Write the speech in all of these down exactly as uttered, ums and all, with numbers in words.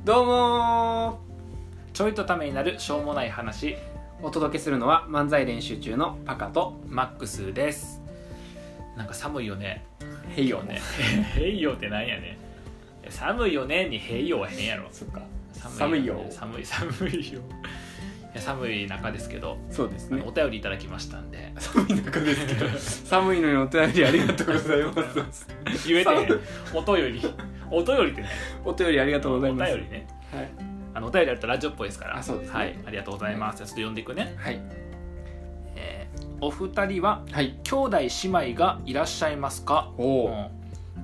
どうもちょいとためになるしょうもない話、 お届けするのは漫才練習中のパカとマックスです。なんか寒いよね。 ヘイヨね。ヘイヨってなんやね。寒いよねにヘイヨは変やろ。 そっか。 寒いよ。寒い寒いよ。いや寒い中ですけど、 そうですね。 お便りいただきましたんで。 寒い中ですけど、寒いのにお便りありがとうございます。 言えてへん。お便り。お便りってね。 お便りありがとうございます。 お便りね。 はい。 あのお便りあるとラジオっぽいですから。 あ、そうですね。 はい、ありがとうございます。ちょっと読んでいくね。 はい。 えー、お二人は、 はい、 兄弟姉妹がいらっしゃいますか？ おうん、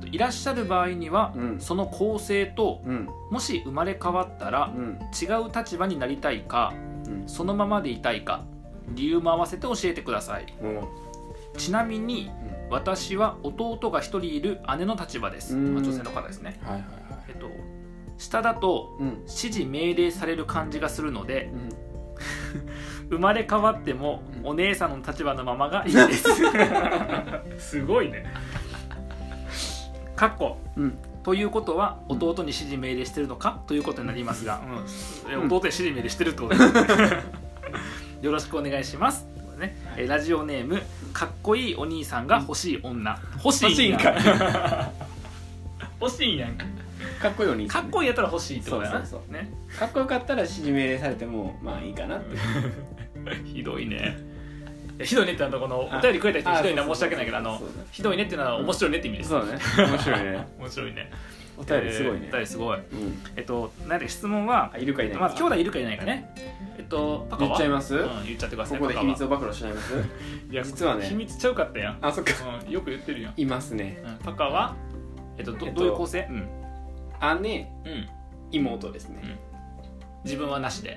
いらっしゃる場合には、うん、その構成と、うん、もし生まれ変わったら、うん、違う立場になりたいか、うん、そのままでいたいか、理由も合わせて教えてください。うん、ちなみに、うん、私は弟が一人いる姉の立場です。まあ、女性の方ですね。はいはいはい。えっと下だと指示命令される感じがするので、うん、生まれ変わってもお姉さんの立場のままがいいですすごいね。かっこ、うん、ということは弟に指示命令してるのかということになりますが、うん、弟に指示命令してるってことですよろしくお願いします、ね。ラジオネームかっこいいお兄さんが欲しい女。欲しいんか欲しいんやんか。 かっこいいお兄さん、 かっこいいやったら欲しいってことやな。 そうそうそう、ね、かっこよかったら指示命令されてもまあいいかなってひどいね。ひどいねってあのこのお便りくれた人にひどいのは申し訳ないけど、あのひどいねっていうのは面白いねって意味です。 そうね、面白いね面白いね。 お便りすごいね。 お便りすごい。えっとなんで質問はいるかいないか。まず兄弟いるかいないかね。えっとパカは言っちゃいます？ うん、言っちゃってください。 ここで秘密を暴露しちゃいます？いや実はね、 秘密ちゃうかったやん。 あ、そっか。 よく言ってるやん。 いますね。 パカはえっとどういう構成？うん。 姉、うん、妹ですね、うん、 自分はなしで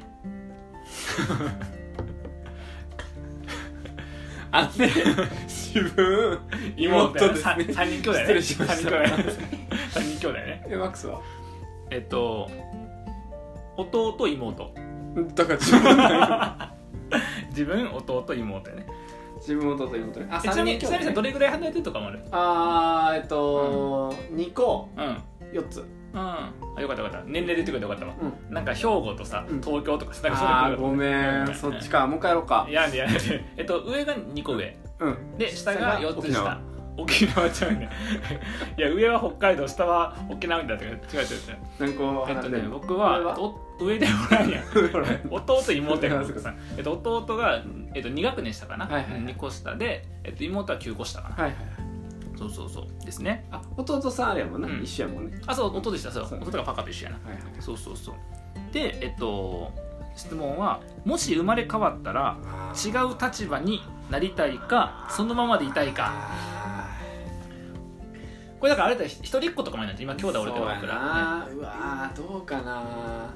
姉、自分、妹ですね。 さんにん兄弟ね。 失礼しました。 さんにん兄弟さんにん兄弟ね。 え、マックスはえっと弟妹だから自分自分弟妹やね。 自分弟妹ね。 あ、ちなみにちなみにどれぐらい離れてるとかもある？ あー、えっと、うん、にこ、 うん、 よっつ。 うん、あ、よかったよかった。年齢で言ってくれてよかったわ、うん、なんか兵庫とさ、東京とかさ、なんかそれあーごめん、うん、そっちか。もう一回やろうか。 いやいやいや、えっと上がにこ上、うん、で下がよっつ下。沖縄ちゃうねいや上は北海道、下は沖縄みたいな。違う違う違う。 何個えっとね、僕は上でおらんやん弟妹やからさ、えっと弟がえっとに学年下かな、はいはいはい、にこ下で、えっと妹はきゅうこ下かな。はいはいはい。そうそうそうですね。 あ、弟さんあれやもんな、うん、一緒やもんね。 あ、そう、弟でした。そう、弟がパカと一緒やな。はいはい、そうそうそう。で、えっと質問は、もし生まれ変わったら違う立場になりたいか、そのままでいたいか。これだからあれだ、一人っ子とかもいないと今兄弟おるけど僕ら、 ね、うわーどうかな。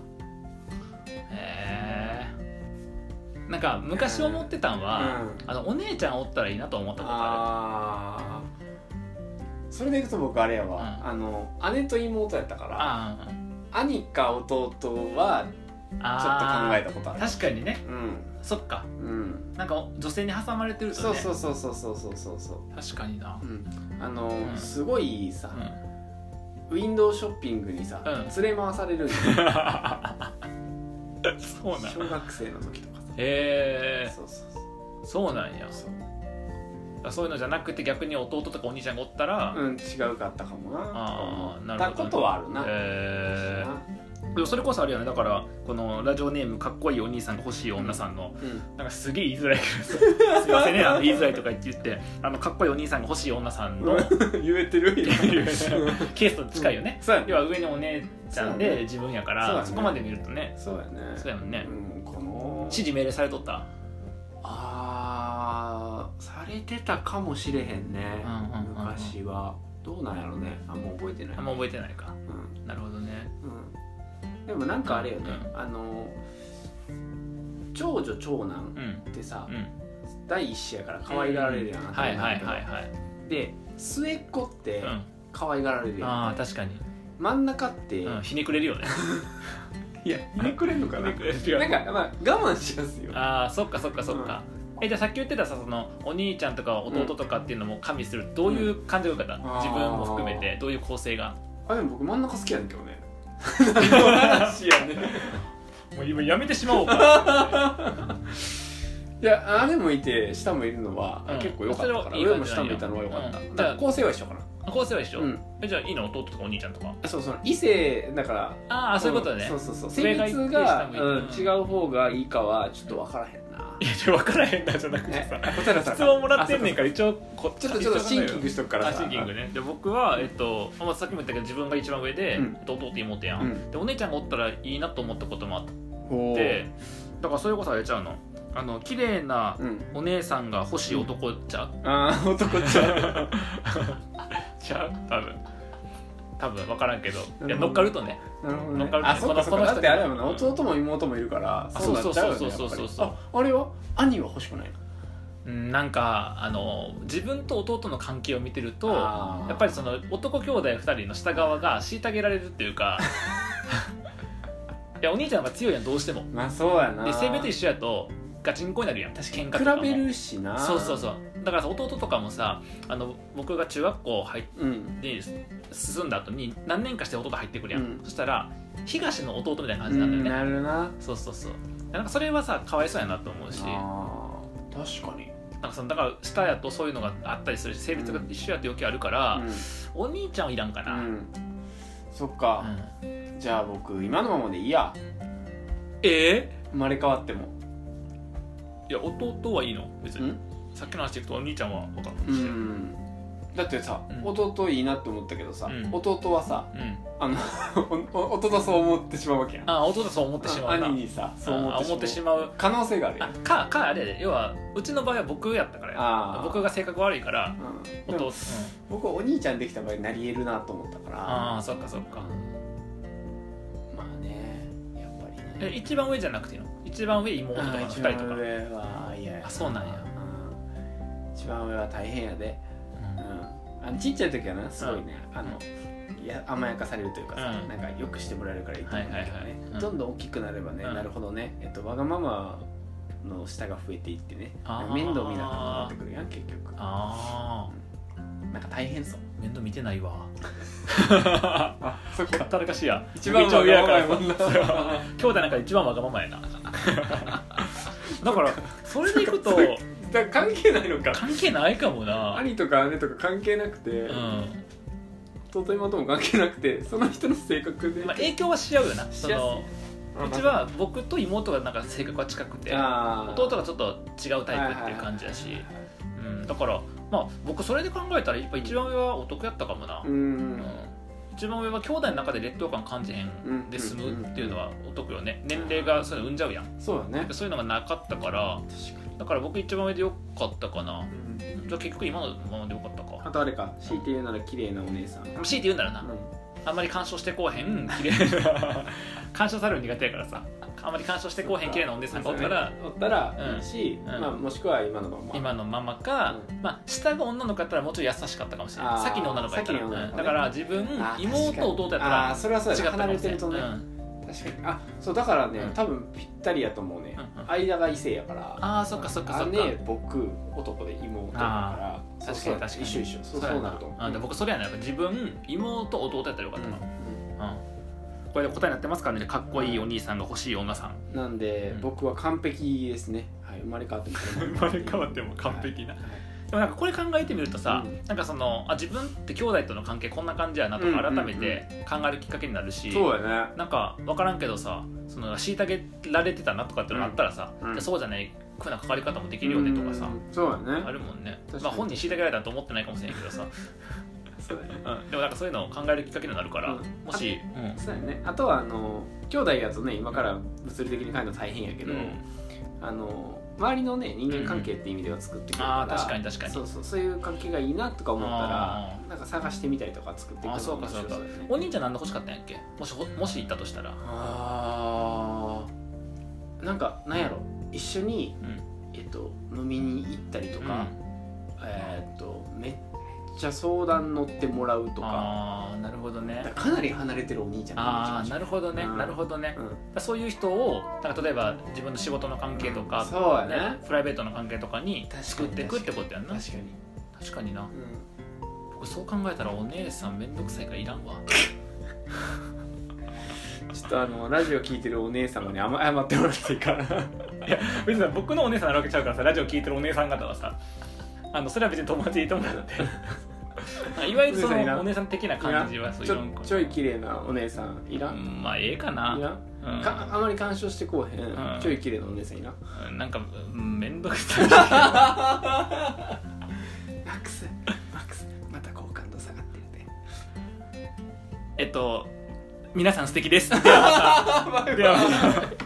へえ。なんか昔思ってたんは、うん、あのお姉ちゃんおったらいいなと思ったことある。あそれでいくと僕あれやわ、うん、あの姉と妹やったから、兄か弟はちょっと考えたことある。 確かにね、うん、そっか、うん、なんか女性に挟まれてるとね。 そうそうそうそうそうそうそう確かにな、うん、 あの、うん、すごいさ、うん、ウィンドウショッピングにさ、うん、連れ回されるんだよそうなん小学生の時とかさ。 へえ。 そうそうそうそうなんや。そうそういうのじゃなくて逆に弟とかお兄ちゃんがおったら、 うん、違うかったかもな。 ああ、なるほど。 たことはあるな。 へえ。でもそれこそあるよね。だからこのラジオネームかっこいいお兄さんが欲しい女さんの、うん、なんかすげえ言いづらいけどすいませんね、あの言いづらいとか言って言ってあのかっこいいお兄さんが欲しい女さんの言えてるケースと近いよね、うん、要は上にお姉ちゃんで自分やから そ,、ね、そこまで見るとね。 そうやね。 そうやもんね、 うん、この指示命令されとった。 あーされてたかもしれへんね、うんうんうんうん、昔は。どうなんやろね。あんま覚えてない。 あんま覚えてないか、うん、なるほどね、 うん、でもなんかあれよね、うん、あの長女長男ってさ、うんうん、第一子やから可愛がられるやん、うん、 はいはいはいはいで末っ子って可愛がられるやん、うん、 ああ確かに。 真ん中って、 うん、ひねくれるよねいやひねくれんのかななんか、まあ、我慢しやすいよ。 ああそっかそっかそっか、うん、えじゃあさっき言ってたさ、そのお兄ちゃんとか弟とかっていうのも加味する、どういう感じがよかった、うん、自分も含めてどういう構成が。 あでも僕真ん中好きやねんけどね何の話やねもう今やめてしまおうかいや姉もいて下もいるのは、うん、結構良かったから上も下もいたのは良かった、うん、だから構成は一緒かな。 構成は一緒、うん、えじゃあいいの弟とかお兄ちゃんとか。 そうそう異性だから。 ああそういうことね、 そうそうそう性別が、うん、違う方がいいかはちょっと分からへんな。 いや分からへんなじゃなくてさ質問もらってんねんから一応こちょっとちょっとシンキングしとくからさ。シンキングね。で僕は、えっとまあ、さっきも言ったけど自分が一番上で、うん、弟妹やん、うん、でお姉ちゃんがおったらいいなと思ったこともあってだからそういうことあれちゃうのあの綺麗なお姉さんが欲しい男ちゃう、 うん、ああ男ちゃうちゃう多分多分分からんけどいや乗っかるとねなるほどねあそっかそっかだってあれやもんな弟も妹もいるからそうなっちゃうよねそうそうそうそうああれは兄は欲しくないのなんかあの自分と弟の関係を見てるとやっぱりその男兄弟ふたりの下側が虐げられるっていうかいやお兄ちゃんが強いやんどうしてもまあそうやなで性別一緒やとガチンコになるやん確か喧嘩とかも比べるしなそうそうそうだから弟とかもさあの僕が中学校入って、うん、進んだ後に何年かして弟入ってくるやん、うん、そしたら東の弟みたいな感じなんだよね、 うん、なるなそうそうそうなんかそれはさかわいそうやなと思うしあ確かになんかそのだから下やとそういうのがあったりするし性別が一緒やって余計あるから、うん、お兄ちゃんはいらんかな、うん、 そっか、うん、じゃあ僕今のままでいいやえー、生まれ変わってもいや弟はいいの別にさっきの話でいくとお兄ちゃんは分かったとしてうんだってさ、うん、弟いいなって思ったけどさ、うん、弟はさ、うん、あの弟そう思ってしまうわけやんあ弟そう思ってしまうな兄にさそう思ってしま う, ってしまう可能性があるやんかかあれで要はうちの場合は僕やったからや僕が性格悪いから、 うん、弟、うん、僕はお兄ちゃんできた場合なり得るなと思ったからああそっかそっかまあねやっぱりねえ一番上じゃなくていいの一番上妹とかふたりとか一番上は嫌やあそうなんや、 うん、一番上は大変やで、うんうん、あのちっちゃい時はなすごいね、うん、あのいや甘やかされるというかさ、うん、なんかよくしてもらえるからいいと思うんだけどね、はいはいはいうん、どんどん大きくなればね、うん、なるほどね、えっと、わがままの下が増えていってね面倒見なくなってくるやん結局あ、うん、なんか大変そう面倒見てないわあそっかほったらかしや一番上やから兄弟の中で一番わがままやなだからそれでいくとだ関係ないのか関係ないかもな兄とか姉とか関係なくて、うん、弟妹も関係なくてその人の性格で、 まあ、影響はし合うよなそのうちは僕と妹がなんか性格が近くて弟がちょっと違うタイプっていう感じだし、うん、だからまあ僕それで考えたらやっぱ一番上はお得やったかもな、うんうん、一番上は兄弟の中で劣等感感じへんで済むっていうのはお得よね年齢がそういうの生んじゃうやんそうだねそういうのがなかったからだから僕一番上でよかったかな、うん、じゃあ結局今のままでよかったかあとあれか強いて言うなら綺麗なお姉さん強いて言うならな、うんあんまり干渉してこうへん綺麗な干渉されるの苦手やからさあんまり干渉してこうへん綺麗なお姉さんがおったらおったらいいし、うんまあ、もしくは今のまま今のままか、うんまあ、下が女の子やったらもうちょっと優しかったかもしれない先に女の子やったら、ねうん、だから自分妹弟やったらあそれはそうや離れてるとね、うん確かにあそうだからね、うん、多分ぴったりやと思うね、うんうん、間が異性やからあそっかそっかそっか姉僕男で妹だから確かに確かに一緒一緒そうそうなると思うあで僕それやね自分妹弟やったらよかったな、うんうん、これで答えになってますからねかっこいいお兄さんが欲しい女さんなんで、うん、僕は完璧ですね、はい、生まれ変わっても生まれ変わっても完璧な、はいはいでもなんかこれ考えてみるとさ、うん、なんかそのあ自分って兄弟との関係こんな感じやなとか改めて考えるきっかけになるし、 そうやねなんか分からんけどさその虐げられてたなとかっていうのがあったらさ、うん、そうじゃないふうな関わり方もできるよねとかさ、うん、 そうやねあるもんねまあ本人虐げられたと思ってないかもしれないけどさそうだねうん、でもなんかそういうのを考えるきっかけになるから、うん、もし、 うん、そうやねあとはあの兄弟やとね今から物理的に変えるの大変やけど、うん、あの周りのね人間関係って意味では作ってくれるから、 うん、あ確かに確かにそうそうそういう関係がいいなとか思ったらなんか探してみたりとか作っていくのが面白そうだよね。 そうかそうかお兄ちゃん何で欲しかったんやっけもしもし行ったとしたらあーなんかなんやろ一緒に、うんえっと、飲みに行ったりとか、うんえー、っとめっちゃ相談乗ってもらうとかあなるほどねかなり離れてるお兄ちゃんあなるほどね、うん、なるほどね、うん、そういう人をなんか例えば自分の仕事の関係とか、 うん、そうやねプライベートの関係とかに作っていくってことやんな確かに確かにな、うん、僕そう考えたらお姉さんめんどくさいからいらんわちょっとあのラジオ聞いてるお姉様に謝ってもらっていいかな。いや別に僕のお姉さんなわけちゃうからさ、ラジオ聞いてるお姉さん方はさ、あのそれは別に友達でいいと思うんだっていわゆるそのお姉さん的な感じはそうちょちょい綺麗なお姉さんいらん、 うん、まあええかな、 いらん、うん、かあまり干渉してこうへん、うん、ちょい綺麗なお姉さんいらん、 うん、なんかめんどくさいマックスマックスまた好感度下がってるで。 えっと皆さん素敵です。ではまたではまた